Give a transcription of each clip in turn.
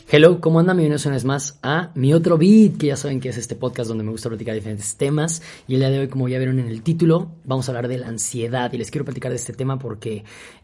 Hello, ¿cómo andan? Bienvenidos una vez más a mi otro beat, que ya saben que es este podcast donde me gusta platicar diferentes temas. Y el día de hoy, como ya vieron en el título, vamos a hablar de la ansiedad. Y les quiero platicar de este tema porque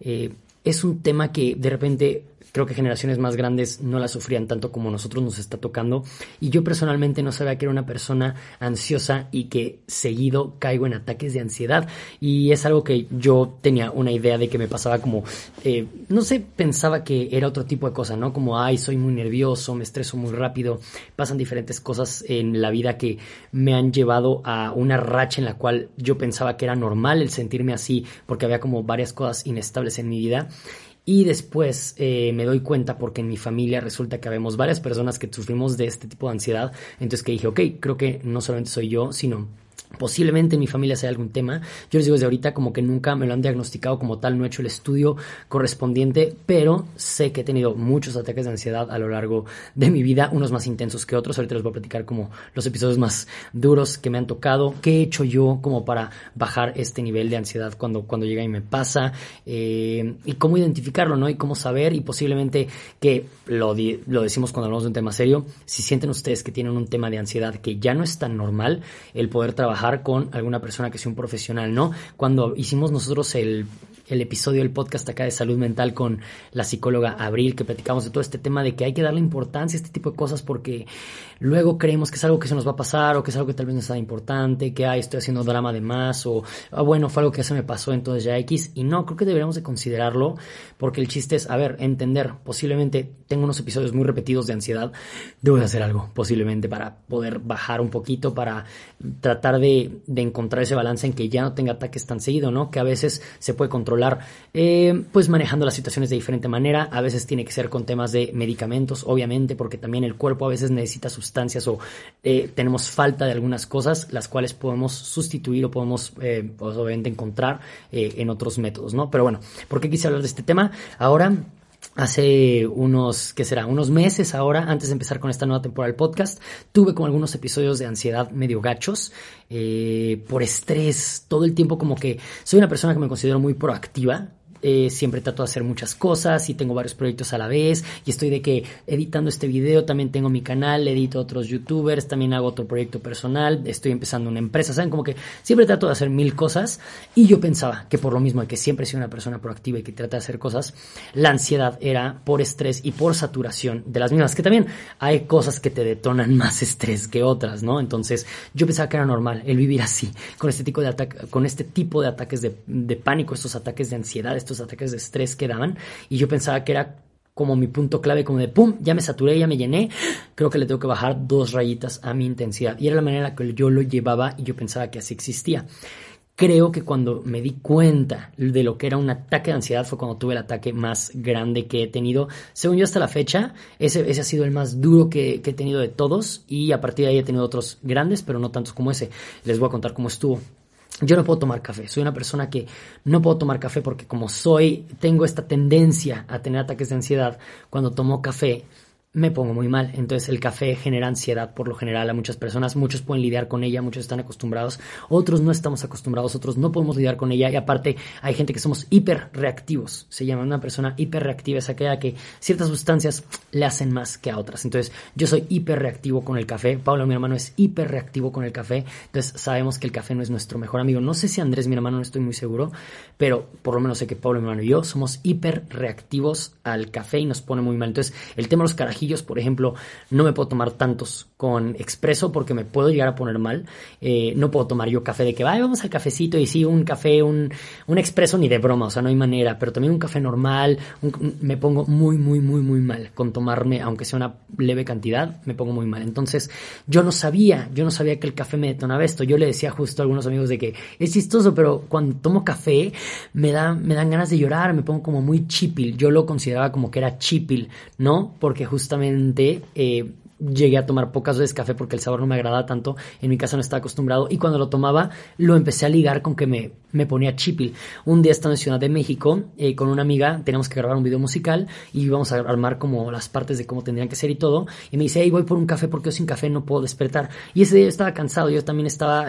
es un tema que de repente creo que generaciones más grandes no la sufrían tanto como nosotros nos está tocando. Y yo personalmente no sabía que era una persona ansiosa y que seguido caigo en ataques de ansiedad. Y es algo que yo tenía una idea de que me pasaba como, no sé, pensaba que era otro tipo de cosa, ¿no? Como, ay, soy muy nervioso, me estreso muy rápido. Pasan diferentes cosas en la vida que me han llevado a una racha en la cual yo pensaba que era normal el sentirme así porque había como varias cosas inestables en mi vida. Y después me doy cuenta porque en mi familia resulta que habemos varias personas que sufrimos de este tipo de ansiedad. Entonces que dije, ok, creo que no solamente soy yo, sino posiblemente en mi familia sea algún tema. Yo les digo desde ahorita como que nunca me lo han diagnosticado como tal, no he hecho el estudio correspondiente, pero sé que he tenido muchos ataques de ansiedad a lo largo de mi vida, unos más intensos que otros. Ahorita les voy a platicar como los episodios más duros que me han tocado, qué he hecho yo como para bajar este nivel de ansiedad cuando llega y me pasa, y cómo identificarlo, ¿no? Y cómo saber, y posiblemente que lo decimos cuando hablamos de un tema serio, si sienten ustedes que tienen un tema de ansiedad que ya no es tan normal, el poder trabajar con alguna persona que sea un profesional, ¿no? Cuando hicimos nosotros el episodio del podcast acá de salud mental con la psicóloga Abril, que platicamos de todo este tema de que hay que darle importancia a este tipo de cosas porque luego creemos que es algo que se nos va a pasar o que es algo que tal vez no es tan importante, que estoy haciendo drama de más o bueno, fue algo que ya se me pasó, entonces ya X. Y no, creo que deberíamos de considerarlo porque el chiste es, entender, posiblemente tengo unos episodios muy repetidos de ansiedad, debo de hacer algo posiblemente para poder bajar un poquito, para tratar de encontrar ese balance en que ya no tenga ataques tan seguido, ¿no? Que a veces se puede controlar pues manejando las situaciones de diferente manera, a veces tiene que ser con temas de medicamentos, obviamente, porque también el cuerpo a veces necesita sustancias o tenemos falta de algunas cosas, las cuales podemos sustituir o podemos pues, obviamente encontrar en otros métodos, ¿no? Pero bueno, ¿por qué quise hablar de este tema? Ahora, hace unos meses ahora, antes de empezar con esta nueva temporada del podcast, tuve como algunos episodios de ansiedad medio gachos, por estrés, todo el tiempo como que soy una persona que me considero muy proactiva. Siempre trato de hacer muchas cosas y tengo varios proyectos a la vez y estoy de que editando este video, también tengo mi canal, edito a otros youtubers, también hago otro proyecto personal, estoy empezando una empresa, ¿saben? Como que siempre trato de hacer mil cosas y yo pensaba que por lo mismo de que siempre he sido una persona proactiva y que trata de hacer cosas, la ansiedad era por estrés y por saturación de las mismas, que también hay cosas que te detonan más estrés que otras, ¿no? Entonces yo pensaba que era normal el vivir así, con este tipo de ataques de pánico, estos ataques de ansiedad, estos ataques de estrés que daban, y yo pensaba que era como mi punto clave, como de pum, ya me saturé, ya me llené, creo que le tengo que bajar 2 rayitas a mi intensidad, y era la manera en la que yo lo llevaba y yo pensaba que así existía. Creo que cuando me di cuenta de lo que era un ataque de ansiedad fue cuando tuve el ataque más grande que he tenido, según yo hasta la fecha. Ese ha sido el más duro que he tenido de todos, y a partir de ahí he tenido otros grandes, pero no tantos como ese. Les voy a contar cómo estuvo. Yo no puedo tomar café, soy una persona que no puedo tomar café porque tengo esta tendencia a tener ataques de ansiedad. Cuando tomo café me pongo muy mal, entonces el café genera ansiedad por lo general a muchas personas, muchos pueden lidiar con ella, muchos están acostumbrados, otros no estamos acostumbrados, otros no podemos lidiar con ella, y aparte hay gente que somos hiperreactivos, se llama una persona hiperreactiva, es aquella que ciertas sustancias le hacen más que a otras. Entonces yo soy hiperreactivo con el café, Pablo mi hermano es hiperreactivo con el café, entonces sabemos que el café no es nuestro mejor amigo. No sé si Andrés mi hermano, no estoy muy seguro, pero por lo menos sé que Pablo mi hermano y yo somos hiperreactivos al café y nos pone muy mal. Entonces el tema de los carajillos, por ejemplo, no me puedo tomar tantos con expreso porque me puedo llegar a poner mal. No puedo tomar yo café de que vamos al cafecito y sí, un café, un expreso ni de broma, o sea, no hay manera, pero también un café normal, me pongo muy mal con tomarme, aunque sea una leve cantidad, me pongo muy mal. Entonces, yo no sabía que el café me detonaba esto. Yo le decía justo a algunos amigos de que es chistoso, pero cuando tomo café me dan ganas de llorar, me pongo como muy chipil. Yo lo consideraba como que era chipil, ¿no? Porque justamente llegué a tomar pocas veces café porque el sabor no me agradaba tanto, en mi casa no estaba acostumbrado, y cuando lo tomaba lo empecé a ligar con que me ponía chipil. Un día estando en Ciudad de México con una amiga, teníamos que grabar un video musical y íbamos a armar como las partes de cómo tendrían que ser y todo, y me dice, hey, voy por un café porque yo sin café no puedo despertar. Y ese día yo estaba cansado, yo también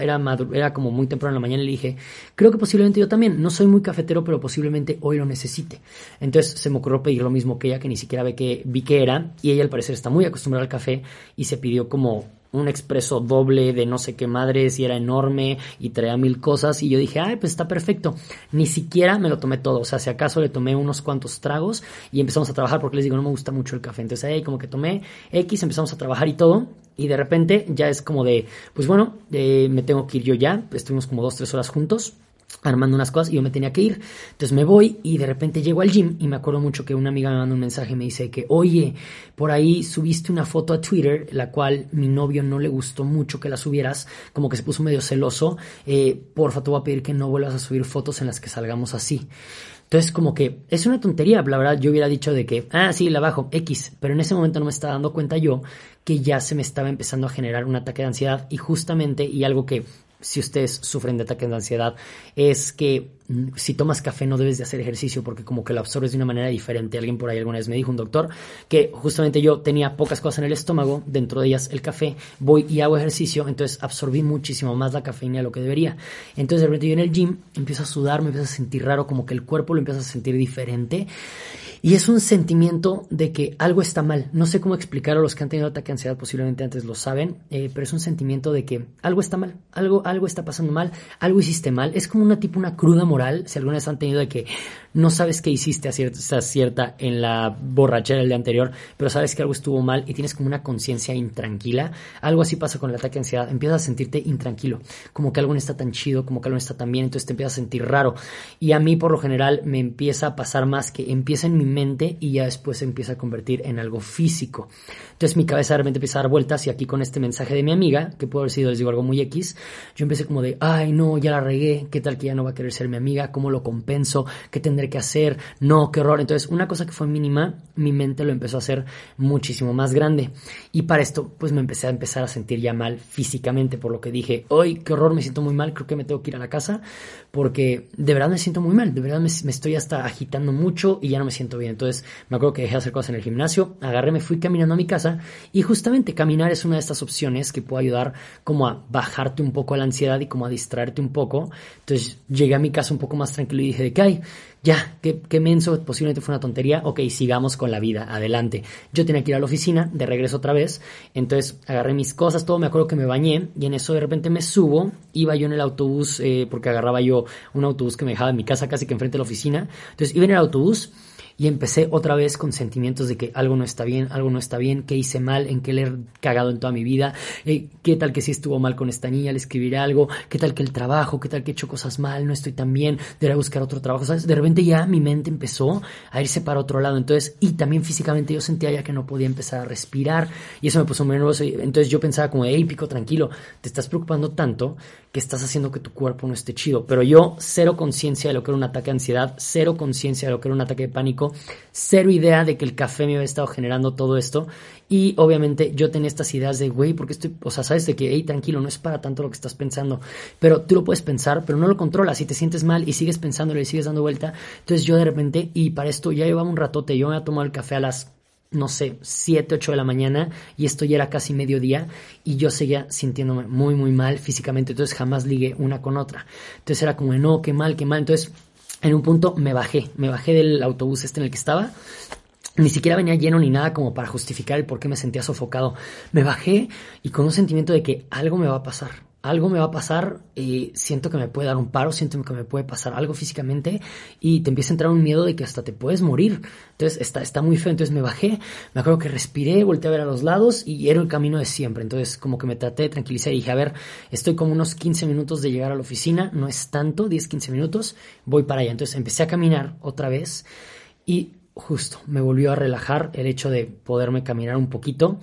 era como muy temprano en la mañana, y le dije, creo que posiblemente yo también, no soy muy cafetero, pero posiblemente hoy lo necesite. Entonces se me ocurrió pedir lo mismo que ella, que ni siquiera vi que era, y ella al parecer está muy acostumbrada al café y se pidió como un expreso doble de no sé qué madres y era enorme y traía 1000 cosas, y yo dije, ay, pues está perfecto. Ni siquiera me lo tomé todo, o sea, si acaso le tomé unos cuantos tragos y empezamos a trabajar, porque les digo, no me gusta mucho el café. Entonces ahí como que tomé X, empezamos a trabajar y todo, y de repente ya es como de, pues bueno, me tengo que ir yo ya. Estuvimos como 2-3 horas juntos armando unas cosas y yo me tenía que ir. Entonces me voy y de repente llego al gym y me acuerdo mucho que una amiga me manda un mensaje y me dice que, oye, por ahí subiste una foto a Twitter, la cual mi novio no le gustó mucho que la subieras, como que se puso medio celoso, porfa, te voy a pedir que no vuelvas a subir fotos en las que salgamos así. Entonces como que es una tontería, la verdad. Yo hubiera dicho de que, sí, la bajo, X, pero en ese momento no me estaba dando cuenta yo que ya se me estaba empezando a generar un ataque de ansiedad, y justamente, y algo que si ustedes sufren de ataques de ansiedad, es que si tomas café no debes de hacer ejercicio porque como que lo absorbes de una manera diferente. Alguien por ahí alguna vez me dijo, un doctor, que justamente yo tenía pocas cosas en el estómago, dentro de ellas el café, voy y hago ejercicio, entonces absorbí muchísimo más la cafeína de lo que debería. Entonces de repente yo en el gym empiezo a sudar, me empiezo a sentir raro, como que el cuerpo lo empieza a sentir diferente. Y es un sentimiento de que algo está mal. No sé cómo explicarlo, los que han tenido ataque de ansiedad posiblemente antes lo saben, pero es un sentimiento de que algo está mal, algo está pasando mal, algo hiciste mal. Es como una cruda moral, si alguna vez han tenido de que no sabes qué hiciste a cierta en la borrachera del día anterior, pero sabes que algo estuvo mal y tienes como una conciencia intranquila. Algo así pasa con el ataque de ansiedad, empiezas a sentirte intranquilo, como que algo no está tan chido, como que algo no está tan bien, entonces te empiezas a sentir raro. Y a mí por lo general me empieza a pasar más que empieza en mi mente y ya después se empieza a convertir en algo físico. Entonces mi cabeza de repente empieza a dar vueltas, y aquí con este mensaje de mi amiga, que puede haber sido, les digo, algo muy X, yo empecé como de, ay no, ya la regué, qué tal que ya no va a querer ser mi amiga, cómo lo compenso, qué tendré que hacer, no, qué horror. Entonces una cosa que fue mínima, mi mente lo empezó a hacer muchísimo más grande, y para esto pues me empecé a sentir ya mal físicamente, por lo que dije, ay, qué horror, me siento muy mal, creo que me tengo que ir a la casa, porque de verdad me siento muy mal, de verdad me estoy hasta agitando mucho y ya no me siento bien. Entonces me acuerdo que dejé de hacer cosas en el gimnasio, agarré, me fui caminando a mi casa, y justamente caminar es una de estas opciones que puede ayudar como a bajarte un poco la ansiedad y como a distraerte un poco. Entonces llegué a mi casa un poco más tranquilo y dije de que, ay, ya, qué menso, posiblemente fue una tontería, ok, sigamos con la vida, adelante. Yo tenía que ir a la oficina, de regreso otra vez, entonces agarré mis cosas, todo, me acuerdo que me bañé, y en eso de repente me subo, iba yo en el autobús, porque agarraba yo un autobús que me dejaba en mi casa casi que enfrente de la oficina, entonces iba en el autobús, y empecé otra vez con sentimientos de que algo no está bien, qué hice mal, en qué le he cagado en toda mi vida, qué tal que sí estuvo mal con esta niña, le escribiré algo, qué tal que el trabajo, qué tal que he hecho cosas mal, no estoy tan bien, debería buscar otro trabajo, ¿sabes? De repente ya mi mente empezó a irse para otro lado, entonces, y también físicamente yo sentía ya que no podía empezar a respirar, y eso me puso muy nervioso. Entonces yo pensaba como, hey, Pico, tranquilo, te estás preocupando tanto que estás haciendo que tu cuerpo no esté chido. Pero yo, cero conciencia de lo que era un ataque de ansiedad, cero conciencia de lo que era un ataque de pánico, cero idea de que el café me había estado generando todo esto. Y obviamente yo tenía estas ideas de, güey, porque estoy, o sea, sabes de que, hey, tranquilo, no es para tanto lo que estás pensando, pero tú lo puedes pensar, pero no lo controlas, y te sientes mal y sigues pensándolo y sigues dando vuelta. Entonces yo de repente, y para esto ya llevaba un ratote, yo me había tomado el café a las, no sé, 7, 8 de la mañana, y esto ya era casi mediodía, y yo seguía sintiéndome muy, muy mal físicamente. Entonces jamás ligué una con otra. Entonces era como, no, qué mal, qué mal. Entonces en un punto me bajé del autobús en el que estaba. Ni siquiera venía lleno ni nada como para justificar el por qué me sentía sofocado. Me bajé y con un sentimiento de que algo me va a pasar. Algo me va a pasar, siento que me puede dar un paro, siento que me puede pasar algo físicamente, y te empieza a entrar un miedo de que hasta te puedes morir. Entonces está muy feo. Entonces me bajé, me acuerdo que respiré, volteé a ver a los lados y era el camino de siempre. Entonces como que me traté de tranquilizar y dije, a ver, estoy como unos 15 minutos de llegar a la oficina, no es tanto, 10, 15 minutos, voy para allá. Entonces empecé a caminar otra vez y justo me volvió a relajar el hecho de poderme caminar un poquito,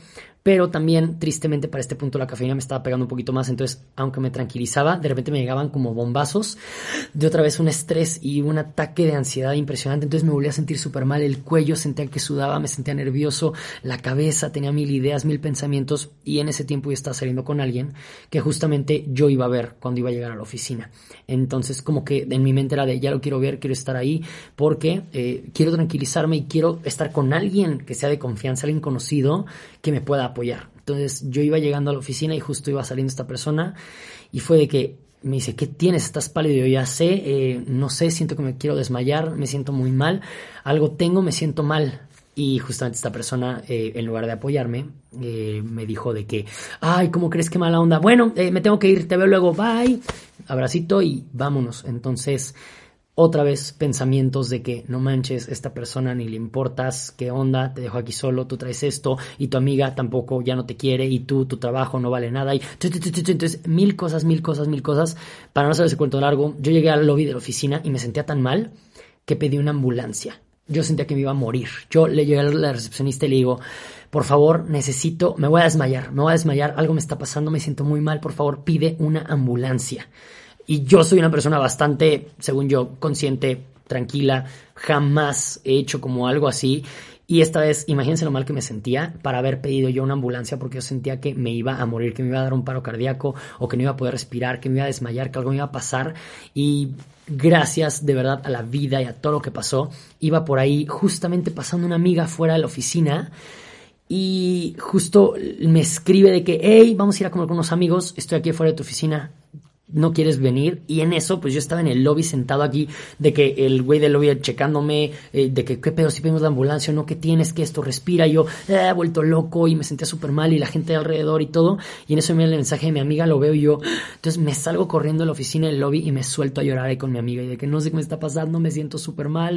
Pero también, tristemente, para este punto la cafeína me estaba pegando un poquito más. Entonces, aunque me tranquilizaba, de repente me llegaban como bombazos de otra vez un estrés y un ataque de ansiedad impresionante. Entonces me volví a sentir súper mal. El cuello sentía que sudaba, me sentía nervioso. La cabeza tenía 1000 ideas, 1000 pensamientos. Y en ese tiempo yo estaba saliendo con alguien que justamente yo iba a ver cuando iba a llegar a la oficina. Entonces, como que en mi mente era de, ya lo quiero ver, quiero estar ahí porque quiero tranquilizarme y quiero estar con alguien que sea de confianza, alguien conocido que me pueda apoyar. Entonces yo iba llegando a la oficina y justo iba saliendo esta persona y fue de que me dice, ¿qué tienes? ¿Estás pálido? Yo ya sé, no sé, siento que me quiero desmayar, me siento muy mal, algo tengo, me siento mal. Y justamente esta persona, en lugar de apoyarme, me dijo de que, ay, ¿cómo crees? Qué mala onda. Bueno, me tengo que ir, te veo luego, bye. Abracito y vámonos. Entonces, otra vez pensamientos de que no manches, esta persona ni le importas, qué onda, te dejo aquí solo, tú traes esto y tu amiga tampoco ya no te quiere y tu trabajo no vale nada y entonces mil cosas, para no hacer ese cuento largo. Yo llegué al lobby de la oficina y me sentía tan mal que pedí una ambulancia. Yo sentía que me iba a morir. Yo le llegué a la recepcionista y le digo, por favor, me voy a desmayar, algo me está pasando, me siento muy mal, por favor, pide una ambulancia. Y yo soy una persona bastante, según yo, consciente, tranquila, jamás he hecho como algo así. Y esta vez, imagínense lo mal que me sentía para haber pedido yo una ambulancia porque yo sentía que me iba a morir, que me iba a dar un paro cardíaco o que no iba a poder respirar, que me iba a desmayar, que algo me iba a pasar. Y gracias de verdad a la vida y a todo lo que pasó, iba por ahí justamente pasando una amiga fuera de la oficina y justo me escribe de que, hey, vamos a ir a comer con unos amigos, estoy aquí fuera de tu oficina, ¿no quieres venir? Y en eso, pues yo estaba en el lobby sentado aquí, de que el güey del lobby checándome, de que, ¿qué pedo? Si pedimos la ambulancia, ¿no? ¿Qué tienes? ¿Qué esto? Respira. Y yo, vuelto loco y me sentía súper mal y la gente alrededor y todo. Y en eso me da el mensaje de mi amiga, lo veo y yo, entonces me salgo corriendo de la oficina del lobby y me suelto a llorar ahí con mi amiga y de que no sé qué me está pasando, me siento súper mal.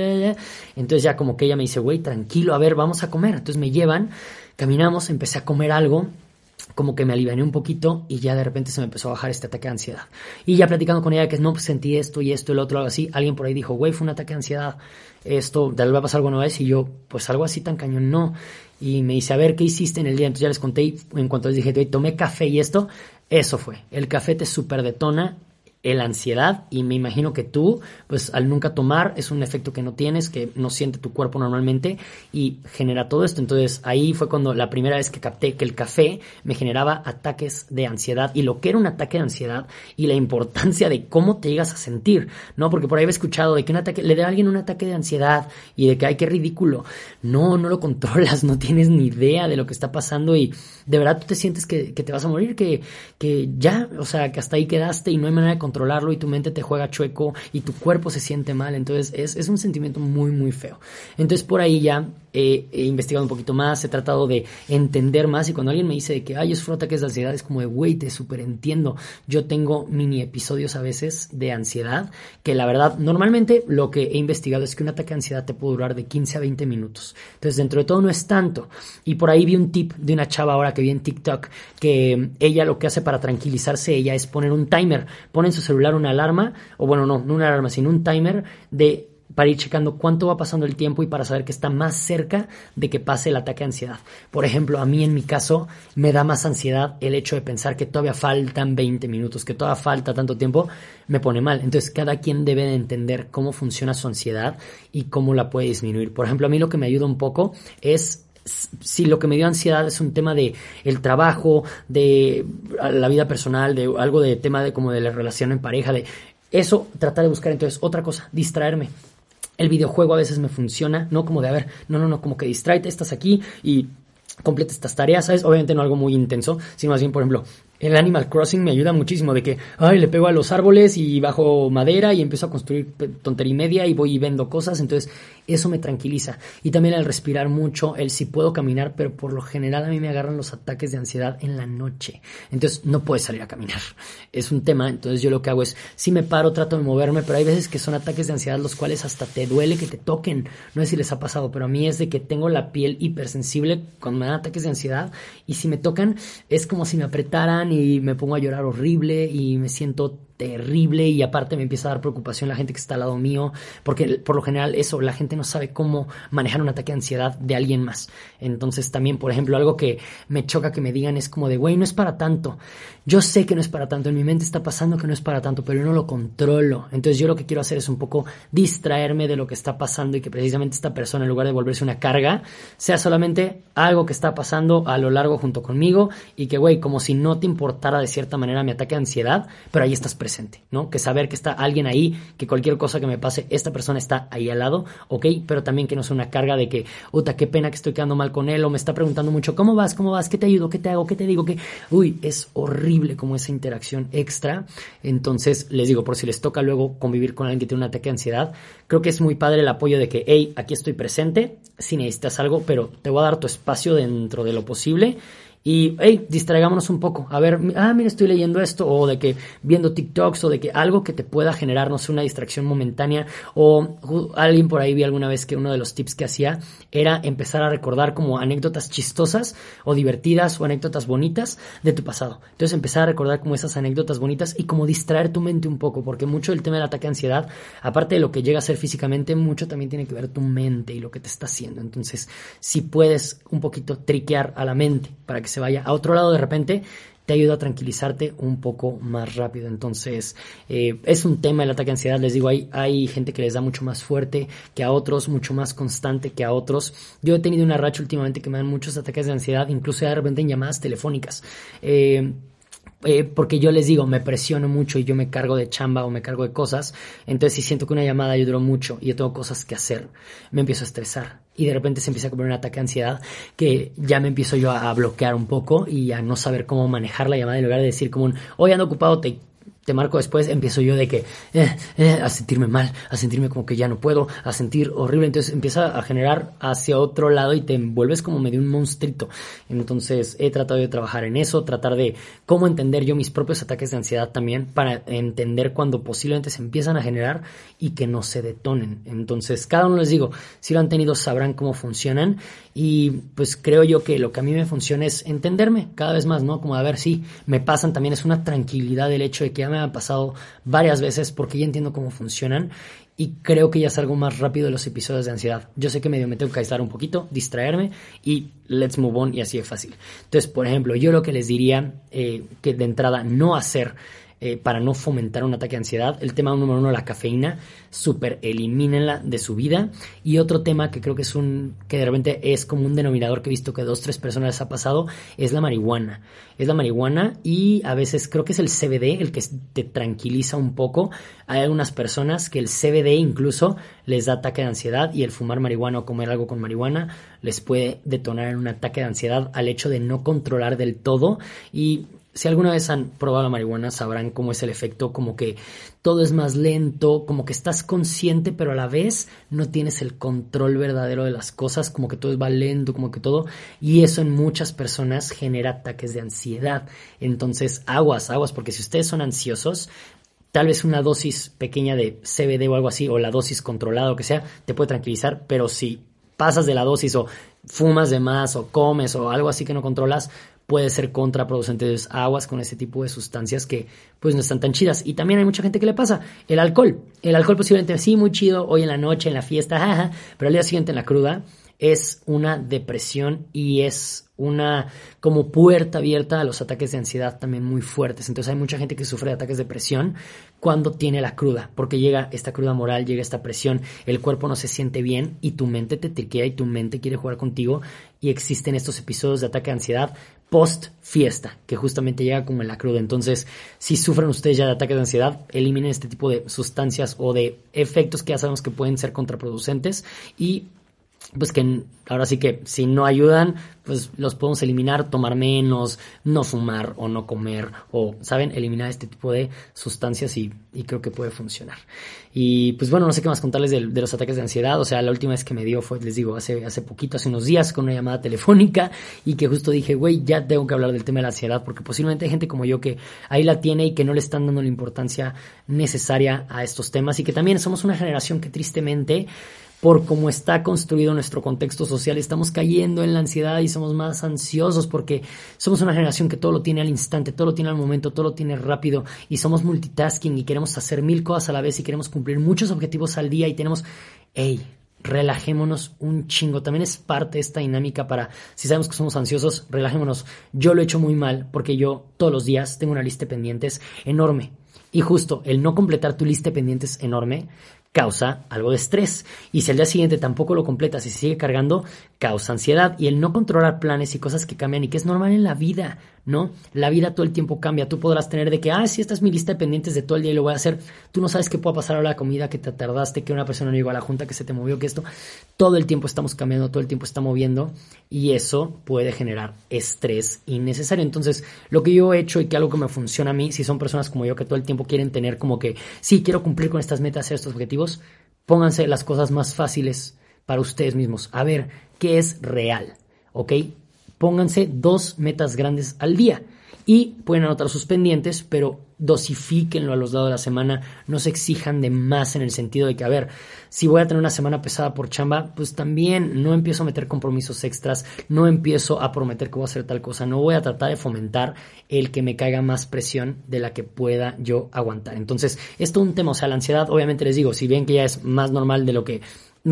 Entonces ya como que ella me dice, güey, tranquilo, a ver, vamos a comer. Entonces me llevan, caminamos, empecé a comer algo, como que me aliviané un poquito y ya de repente se me empezó a bajar este ataque de ansiedad. Y ya platicando con ella que no, pues sentí esto y esto y lo otro, algo así, alguien por ahí dijo, güey, fue un ataque de ansiedad, esto, ¿te va a pasar alguna vez? Y yo, pues algo así tan cañón, no. Y me dice, a ver, ¿qué hiciste en el día? Entonces ya les conté y en cuanto les dije, tomé café y esto, eso fue. El café te súper detona la ansiedad y me imagino que tú, pues al nunca tomar es un efecto que no tienes, que no siente tu cuerpo normalmente y genera todo esto. Entonces ahí fue cuando la primera vez que capté que el café me generaba ataques de ansiedad y lo que era un ataque de ansiedad y la importancia de cómo te llegas a sentir, ¿no? Porque por ahí había escuchado de que un ataque, le da a alguien un ataque de ansiedad y de que ay, qué ridículo. No lo controlas, no tienes ni idea de lo que está pasando y de verdad tú te sientes que te vas a morir, que ya, o sea, que hasta ahí quedaste y no hay manera de controlarlo y tu mente te juega chueco y tu cuerpo se siente mal. Entonces es un sentimiento muy, muy feo. Entonces por ahí ya he investigado un poquito más, he tratado de entender más y cuando alguien me dice de que ay, es un ataques de ansiedad, es como de güey, te súper entiendo. Yo tengo mini episodios a veces de ansiedad que la verdad, normalmente lo que he investigado es que un ataque de ansiedad te puede durar de 15 a 20 minutos. Entonces dentro de todo no es tanto. Y por ahí vi un tip de una chava ahora que vi en TikTok que ella lo que hace para tranquilizarse ella es poner un timer, pone en su celular una alarma, o bueno, no una alarma, sino un timer para ir checando cuánto va pasando el tiempo y para saber que está más cerca de que pase el ataque de ansiedad. Por ejemplo, a mí en mi caso me da más ansiedad el hecho de pensar que todavía faltan 20 minutos, que todavía falta tanto tiempo, me pone mal. Entonces cada quien debe de entender cómo funciona su ansiedad y cómo la puede disminuir. Por ejemplo, a mí lo que me ayuda un poco es, si lo que me dio ansiedad es un tema de el trabajo, de la vida personal, de algo de tema de como de la relación en pareja, de eso, tratar de buscar entonces otra cosa, distraerme. El videojuego a veces me funciona, no como de, a ver, no, como que distráete, estás aquí y completa estas tareas, ¿sabes? Obviamente no algo muy intenso, sino más bien, por ejemplo, el Animal Crossing me ayuda muchísimo de que, ay, le pego a los árboles y bajo madera y empiezo a construir tontería y media y voy y vendo cosas, entonces eso me tranquiliza. Y también el respirar mucho, el si puedo caminar, pero por lo general a mí me agarran los ataques de ansiedad en la noche, entonces no puedes salir a caminar, es un tema. Entonces yo lo que hago es, si me paro, trato de moverme, pero hay veces que son ataques de ansiedad los cuales hasta te duele que te toquen, no sé si les ha pasado, pero a mí es de que tengo la piel hipersensible cuando me dan ataques de ansiedad y si me tocan es como si me apretaran y me pongo a llorar horrible y me siento terrible y aparte me empieza a dar preocupación la gente que está al lado mío, porque por lo general la gente no sabe cómo manejar un ataque de ansiedad de alguien más. Entonces también, por ejemplo, algo que me choca que me digan es como de, güey, no es para tanto. Yo sé que no es para tanto, en mi mente está pasando que no es para tanto, pero yo no lo controlo. Entonces yo lo que quiero hacer es un poco distraerme de lo que está pasando y que precisamente esta persona, en lugar de volverse una carga, sea solamente algo que está pasando a lo largo junto conmigo y que, güey, como si no te importara de cierta manera mi ataque de ansiedad, pero ahí estás presente, ¿no? Que saber que está alguien ahí, que cualquier cosa que me pase, esta persona está ahí al lado, ¿ok? Pero también que no sea una carga de que, puta, qué pena que estoy quedando mal con él, o me está preguntando mucho, ¿cómo vas? ¿Cómo vas? ¿Qué te ayudo? ¿Qué te hago? ¿Qué te digo? ¿Qué? Uy, es horrible como esa interacción extra. Entonces, les digo, por si les toca luego convivir con alguien que tiene un ataque de ansiedad, creo que es muy padre el apoyo de que, hey, aquí estoy presente, si necesitas algo, pero te voy a dar tu espacio dentro de lo posible. Y, hey, distraigámonos un poco. A ver, mira, estoy leyendo esto, o de que viendo TikToks, o de que algo que te pueda generar, no sé, una distracción momentánea. O alguien por ahí vi alguna vez que uno de los tips que hacía era empezar a recordar como anécdotas chistosas o divertidas o anécdotas bonitas de tu pasado. Entonces empezar a recordar como esas anécdotas bonitas y como distraer tu mente un poco, porque mucho del tema del ataque de ansiedad, aparte de lo que llega a ser físicamente, mucho también tiene que ver tu mente y lo que te está haciendo. Entonces, si puedes un poquito triquear a la mente para que se vaya a otro lado de repente, te ayuda a tranquilizarte un poco más rápido. Entonces, es un tema el ataque de ansiedad. Les digo, hay gente que les da mucho más fuerte que a otros, mucho más constante que a otros. Yo he tenido una racha últimamente que me dan muchos ataques de ansiedad, incluso de repente en llamadas telefónicas. Porque yo les digo, me presiono mucho y yo me cargo de chamba o me cargo de cosas, entonces si siento que una llamada yo duró mucho y yo tengo cosas que hacer, me empiezo a estresar y de repente se empieza a convertir en un ataque de ansiedad que ya me empiezo yo a bloquear un poco y a no saber cómo manejar la llamada. En lugar de decir como hoy ando ocupado, te marco después, empiezo yo de que a sentirme mal, a sentirme como que ya no puedo, a sentir horrible. Entonces empieza a generar hacia otro lado y te vuelves como medio un monstruito. Entonces he tratado de trabajar en eso, tratar de cómo entender yo mis propios ataques de ansiedad también, para entender cuando posiblemente se empiezan a generar y que no se detonen. Entonces cada uno, les digo, si lo han tenido sabrán cómo funcionan, y pues creo yo que lo que a mí me funciona es entenderme cada vez más, ¿no? Como a ver, sí, me pasan, también es una tranquilidad el hecho de que ya me han pasado varias veces porque ya entiendo cómo funcionan y creo que ya salgo más rápido de los episodios de ansiedad. Yo sé que medio me tengo que aislar un poquito, distraerme y let's move on, y así de fácil. Entonces, por ejemplo, yo lo que les diría que de entrada no hacer para no fomentar un ataque de ansiedad, el tema número 1, la cafeína, súper elimínenla de su vida. Y otro tema que creo que que de repente es como un denominador que he visto que 2-3 personas les ha pasado, es la marihuana. Es la marihuana y a veces creo que es el CBD el que te tranquiliza un poco. Hay algunas personas que el CBD incluso les da ataque de ansiedad, y el fumar marihuana o comer algo con marihuana les puede detonar en un ataque de ansiedad al hecho de no controlar del todo. Y si alguna vez han probado la marihuana, sabrán cómo es el efecto, como que todo es más lento, como que estás consciente, pero a la vez no tienes el control verdadero de las cosas, como que todo va lento, como que todo, y eso en muchas personas genera ataques de ansiedad. Entonces, aguas, porque si ustedes son ansiosos, tal vez una dosis pequeña de CBD o algo así, o la dosis controlada o que sea, te puede tranquilizar, pero si pasas de la dosis o fumas de más o comes o algo así que no controlas, puede ser contraproducente. Entonces, aguas con ese tipo de sustancias que pues no están tan chidas. Y también hay mucha gente que le pasa el alcohol posiblemente sí, muy chido hoy en la noche, en la fiesta, jaja, pero al día siguiente en la cruda es una depresión y es una como puerta abierta a los ataques de ansiedad también muy fuertes. Entonces hay mucha gente que sufre de ataques de depresión cuando tiene la cruda, porque llega esta cruda moral, llega esta presión, el cuerpo no se siente bien y tu mente te triquea y tu mente quiere jugar contigo, y existen estos episodios de ataque de ansiedad post fiesta, que justamente llega como en la cruda. Entonces, si sufren ustedes ya de ataques de ansiedad, eliminen este tipo de sustancias o de efectos que ya sabemos que pueden ser contraproducentes, y pues que ahora sí que si no ayudan, pues los podemos eliminar, tomar menos, no fumar o no comer, o, ¿saben? Eliminar este tipo de sustancias, y creo que puede funcionar. Y pues bueno, no sé qué más contarles de los ataques de ansiedad. O sea, la última vez que me dio fue, les digo, hace poquito, hace unos días, con una llamada telefónica, y que justo dije, güey, ya tengo que hablar del tema de la ansiedad, porque posiblemente hay gente como yo que ahí la tiene y que no le están dando la importancia necesaria a estos temas, y que también somos una generación que tristemente por cómo está construido nuestro contexto social, estamos cayendo en la ansiedad y somos más ansiosos porque somos una generación que todo lo tiene al instante, todo lo tiene al momento, todo lo tiene rápido y somos multitasking y queremos hacer 1000 cosas a la vez y queremos cumplir muchos objetivos al día y tenemos, relajémonos un chingo. También es parte de esta dinámica para, si sabemos que somos ansiosos, relajémonos. Yo lo he hecho muy mal porque yo todos los días tengo una lista de pendientes enorme. Y justo el no completar tu lista de pendientes enorme causa algo de estrés. Y si al día siguiente tampoco lo completas y se sigue cargando, causa ansiedad. Y el no controlar planes y cosas que cambian y que es normal en la vida, ¿no? La vida todo el tiempo cambia. Tú podrás tener de que, sí, esta es mi lista de pendientes de todo el día y lo voy a hacer. Tú no sabes qué pueda pasar a la comida, que te tardaste, que una persona no llegó a la junta, que se te movió, que esto. Todo el tiempo estamos cambiando, todo el tiempo está moviendo y eso puede generar estrés innecesario. Entonces, lo que yo he hecho y que algo que me funciona a mí, si son personas como yo que todo el tiempo quieren tener como que, sí, quiero cumplir con estas metas, hacer estos objetivos, pónganse las cosas más fáciles para ustedes mismos. A ver, ¿qué es real? ¿Ok? Pónganse 2 metas grandes al día y pueden anotar sus pendientes, pero dosifíquenlo a los lados de la semana, no se exijan de más en el sentido de que, a ver, si voy a tener una semana pesada por chamba, pues también no empiezo a meter compromisos extras, no empiezo a prometer que voy a hacer tal cosa, no voy a tratar de fomentar el que me caiga más presión de la que pueda yo aguantar. Entonces, esto es un tema, o sea, la ansiedad, obviamente les digo, si ven que ya es más normal de lo que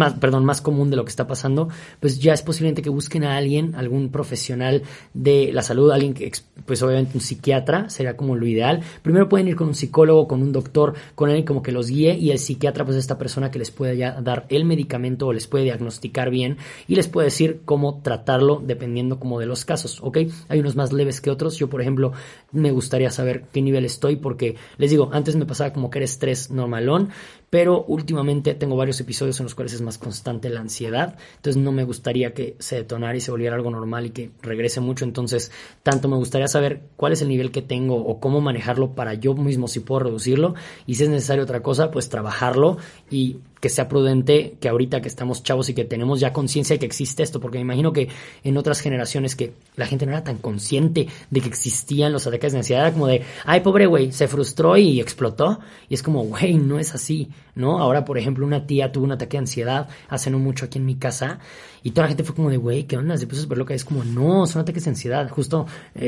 más común de lo que está pasando, pues ya es posiblemente que busquen a alguien, algún profesional de la salud, alguien que, pues obviamente un psiquiatra, sería como lo ideal. Primero pueden ir con un psicólogo, con un doctor, con alguien como que los guíe y el psiquiatra pues es esta persona que les puede ya dar el medicamento o les puede diagnosticar bien y les puede decir cómo tratarlo dependiendo como de los casos, ¿ok? Hay unos más leves que otros. Yo, por ejemplo, me gustaría saber qué nivel estoy porque, les digo, antes me pasaba como que era estrés normalón, pero últimamente tengo varios episodios en los cuales es más constante la ansiedad, entonces no me gustaría que se detonara y se volviera algo normal y que regrese mucho. Entonces tanto me gustaría saber cuál es el nivel que tengo o cómo manejarlo para yo mismo si puedo reducirlo y si es necesario otra cosa pues trabajarlo y que sea prudente, que ahorita que estamos chavos y que tenemos ya conciencia de que existe esto, porque me imagino que en otras generaciones que la gente no era tan consciente de que existían los ataques de ansiedad, era como de, pobre güey, se frustró y explotó, y es como, güey, no es así, ¿no? Ahora, por ejemplo, una tía tuvo un ataque de ansiedad hace no mucho aquí en mi casa, y toda la gente fue como de, güey, ¿qué onda? Se puso súper loca, es como, no, son ataques de ansiedad. Justo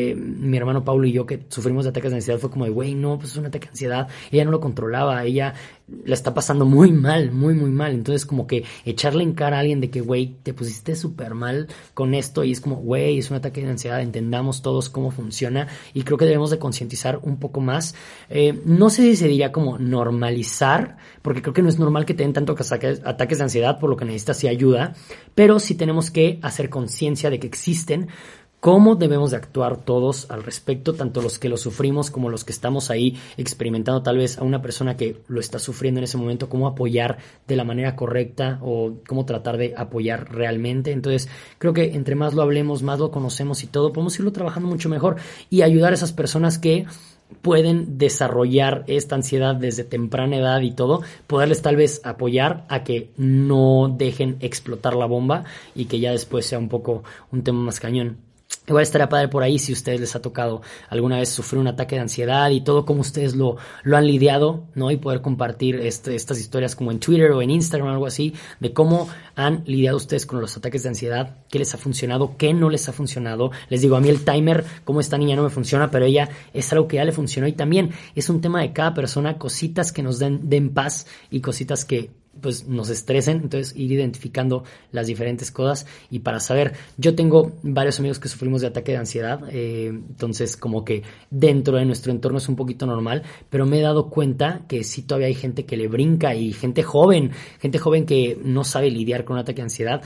mi hermano Paulo y yo que sufrimos de ataques de ansiedad fue como de, güey, no, pues es un ataque de ansiedad, ella no lo controlaba, ella la está pasando muy mal, muy mal. Entonces como que echarle en cara a alguien de que, güey, te pusiste súper mal con esto y es como, güey, es un ataque de ansiedad, entendamos todos cómo funciona y creo que debemos de concientizar un poco más. No sé si se diría como normalizar, porque creo que no es normal que te den tanto ataques de ansiedad, por lo que necesitas sí ayuda, pero sí tenemos que hacer conciencia de que existen. ¿Cómo debemos de actuar todos al respecto, tanto los que lo sufrimos como los que estamos ahí experimentando tal vez a una persona que lo está sufriendo en ese momento? ¿Cómo apoyar de la manera correcta o cómo tratar de apoyar realmente? Entonces, creo que entre más lo hablemos, más lo conocemos y todo, podemos irlo trabajando mucho mejor y ayudar a esas personas que pueden desarrollar esta ansiedad desde temprana edad y todo, poderles tal vez apoyar a que no dejen explotar la bomba y que ya después sea un poco un tema más cañón. Igual estaría padre por ahí si a ustedes les ha tocado alguna vez sufrir un ataque de ansiedad y todo, cómo ustedes lo han lidiado, ¿no? Y poder compartir estas historias como en Twitter o en Instagram o algo así, de cómo han lidiado ustedes con los ataques de ansiedad, qué les ha funcionado, qué no les ha funcionado. Les digo, a mí el timer, como esta niña no me funciona, pero ella es algo que ya le funcionó y también es un tema de cada persona, cositas que nos den paz y cositas que pues nos estresen, entonces ir identificando las diferentes cosas y para saber, yo tengo varios amigos que sufrimos de ataque de ansiedad, entonces como que dentro de nuestro entorno es un poquito normal, pero me he dado cuenta que sí todavía hay gente que le brinca y gente joven que no sabe lidiar con un ataque de ansiedad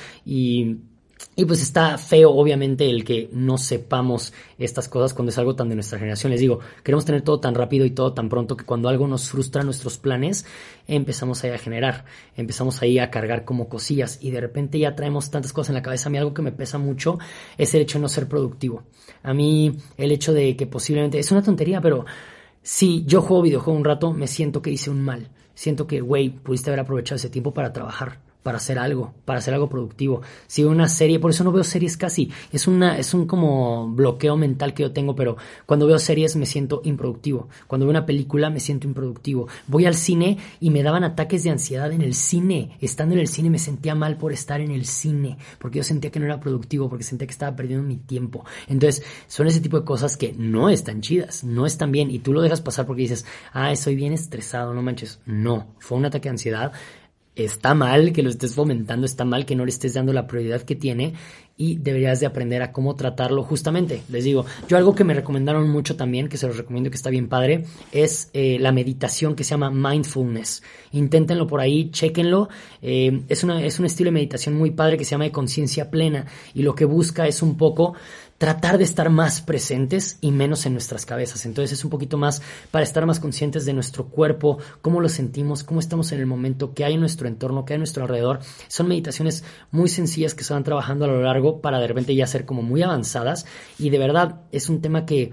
y pues está feo, obviamente, el que no sepamos estas cosas cuando es algo tan de nuestra generación. Les digo, queremos tener todo tan rápido y todo tan pronto que cuando algo nos frustra nuestros planes, empezamos ahí a generar, empezamos ahí a cargar como cosillas y de repente ya traemos tantas cosas en la cabeza. A mí algo que me pesa mucho es el hecho de no ser productivo. A mí el hecho de que posiblemente, es una tontería, pero si yo juego videojuego un rato, me siento que hice un mal. Siento que, güey, pudiste haber aprovechado ese tiempo para trabajar. para hacer algo productivo. Si veo una serie, por eso no veo series casi, es un como bloqueo mental que yo tengo, pero cuando veo series me siento improductivo, cuando veo una película me siento improductivo, voy al cine y me daban ataques de ansiedad en el cine, estando en el cine me sentía mal por estar en el cine, porque yo sentía que no era productivo, porque sentía que estaba perdiendo mi tiempo. Entonces son ese tipo de cosas que no están chidas, no están bien, y tú lo dejas pasar porque dices, soy bien estresado, no manches. No, fue un ataque de ansiedad. Está mal que lo estés fomentando, está mal que no le estés dando la prioridad que tiene, y deberías de aprender a cómo tratarlo justamente. Les digo, yo algo que me recomendaron mucho también, que se los recomiendo, que está bien padre, es la meditación que se llama mindfulness. Inténtenlo por ahí, chéquenlo. Es un estilo de meditación muy padre que se llama de conciencia plena, y lo que busca es un poco tratar de estar más presentes y menos en nuestras cabezas. Entonces es un poquito más para estar más conscientes de nuestro cuerpo, cómo lo sentimos, cómo estamos en el momento, qué hay en nuestro entorno, qué hay en nuestro alrededor. Son meditaciones muy sencillas que se van trabajando a lo largo para de repente ya ser como muy avanzadas, y de verdad es un tema que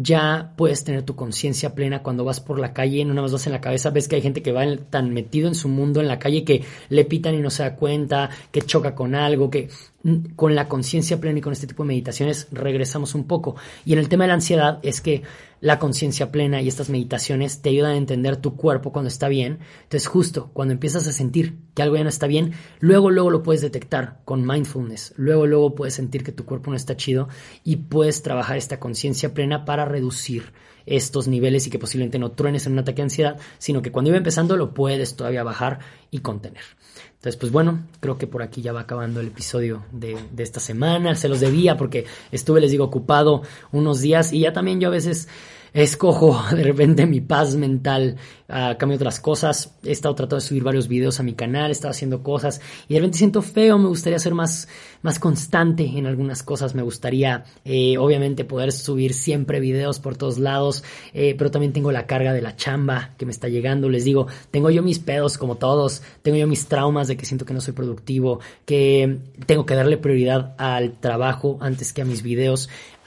ya puedes tener tu conciencia plena cuando vas por la calle, no nada más vas en la cabeza. Ves que hay gente que va tan metido en su mundo en la calle que le pitan y no se da cuenta, que choca con algo, que con la conciencia plena y con este tipo de meditaciones regresamos un poco. Y en el tema de la ansiedad es que la conciencia plena y estas meditaciones te ayudan a entender tu cuerpo cuando está bien. Entonces justo cuando empiezas a sentir que algo ya no está bien, luego lo puedes detectar con mindfulness. Luego puedes sentir que tu cuerpo no está chido y puedes trabajar esta conciencia plena para reducir estos niveles y que posiblemente no truenes en un ataque de ansiedad, sino que cuando iba empezando lo puedes todavía bajar y contener. Entonces, pues bueno, creo que por aquí ya va acabando el episodio de esta semana. Se los debía porque estuve, les digo, ocupado unos días, y ya también yo a veces escojo de repente mi paz mental a cambio de otras cosas. He estado tratando de subir varios videos a mi canal, he estado haciendo cosas y de repente siento feo. Me gustaría ser más constante en algunas cosas. Me gustaría obviamente poder subir siempre videos por todos lados, pero también tengo la carga de la chamba que me está llegando. Les digo, tengo yo mis pedos como todos, tengo yo mis traumas de que siento que no soy productivo, que tengo que darle prioridad al trabajo antes que a mis videos.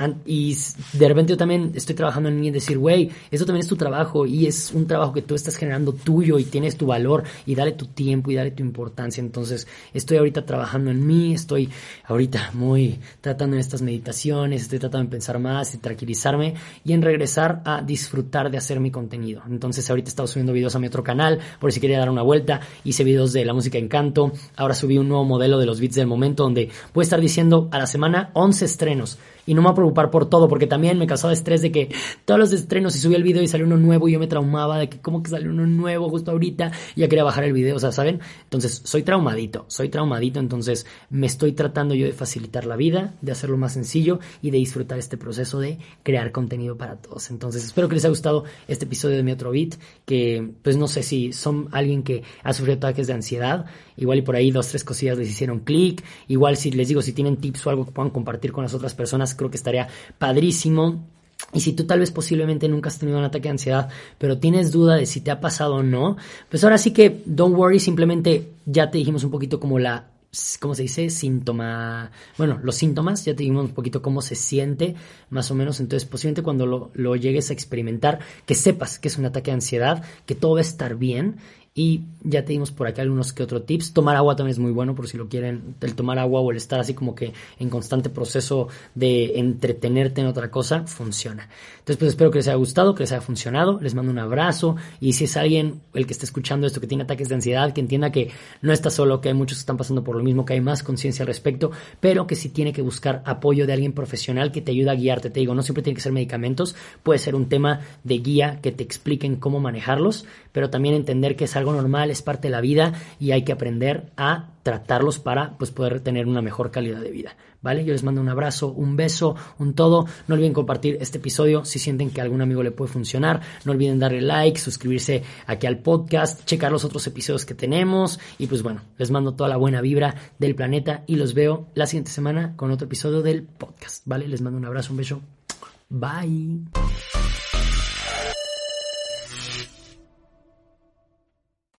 Y de repente yo también estoy trabajando en mí, en decir, güey, eso también es tu trabajo, y es un trabajo que tú estás generando tuyo y tienes tu valor, y dale tu tiempo y dale tu importancia. Entonces estoy ahorita trabajando en mí, estoy ahorita muy tratando en estas meditaciones, estoy tratando en pensar más y tranquilizarme y en regresar a disfrutar de hacer mi contenido. Entonces ahorita he estado subiendo videos a mi otro canal, por si quería dar una vuelta. Hice videos de la música Encanto, ahora subí un nuevo modelo de los beats del momento, donde voy a estar diciendo a la semana 11 estrenos. Y no me voy a preocupar por todo, porque también me causaba estrés de que todos los estrenos, y subí el video y salió uno nuevo, y yo me traumaba de que cómo que salió uno nuevo justo ahorita, y ya quería bajar el video, o sea, ¿saben? Entonces soy traumadito, entonces me estoy tratando yo de facilitar la vida, de hacerlo más sencillo y de disfrutar este proceso de crear contenido para todos. Entonces espero que les haya gustado este episodio de Mi Otro Beat, que pues no sé si son alguien que ha sufrido ataques de ansiedad, igual y por ahí 2-3 cosillas les hicieron clic. Igual si les digo, si tienen tips o algo que puedan compartir con las otras personas, creo que estaría padrísimo. Y si tú tal vez posiblemente nunca has tenido un ataque de ansiedad, pero tienes duda de si te ha pasado o no, pues ahora sí que don't worry, simplemente ya te dijimos un poquito como ¿cómo se dice? Los síntomas, ya te dijimos un poquito cómo se siente, más o menos. Entonces posiblemente cuando lo llegues a experimentar, que sepas que es un ataque de ansiedad, que todo va a estar bien. Y ya te dimos por acá algunos que otros tips. Tomar agua también es muy bueno, por si lo quieren. El tomar agua o el estar así como que en constante proceso de entretenerte en otra cosa, funciona. Entonces pues espero que les haya gustado, que les haya funcionado. Les mando un abrazo, y si es alguien el que esté escuchando esto que tiene ataques de ansiedad, que entienda que no está solo, que hay muchos que están pasando por lo mismo, que hay más conciencia al respecto, pero que sí tiene que buscar apoyo de alguien profesional que te ayude a guiarte. Te digo, no siempre tiene que ser medicamentos, puede ser un tema de guía que te expliquen cómo manejarlos, pero también entender que es algo normal, es parte de la vida, y hay que aprender a tratarlos para pues poder tener una mejor calidad de vida, ¿vale? Yo les mando un abrazo, un beso, un todo. No olviden compartir este episodio si sienten que a algún amigo le puede funcionar. No olviden darle like, suscribirse aquí al podcast, checar los otros episodios que tenemos, y pues bueno, les mando toda la buena vibra del planeta y los veo la siguiente semana con otro episodio del podcast, ¿vale? Les mando un abrazo, un beso. Bye.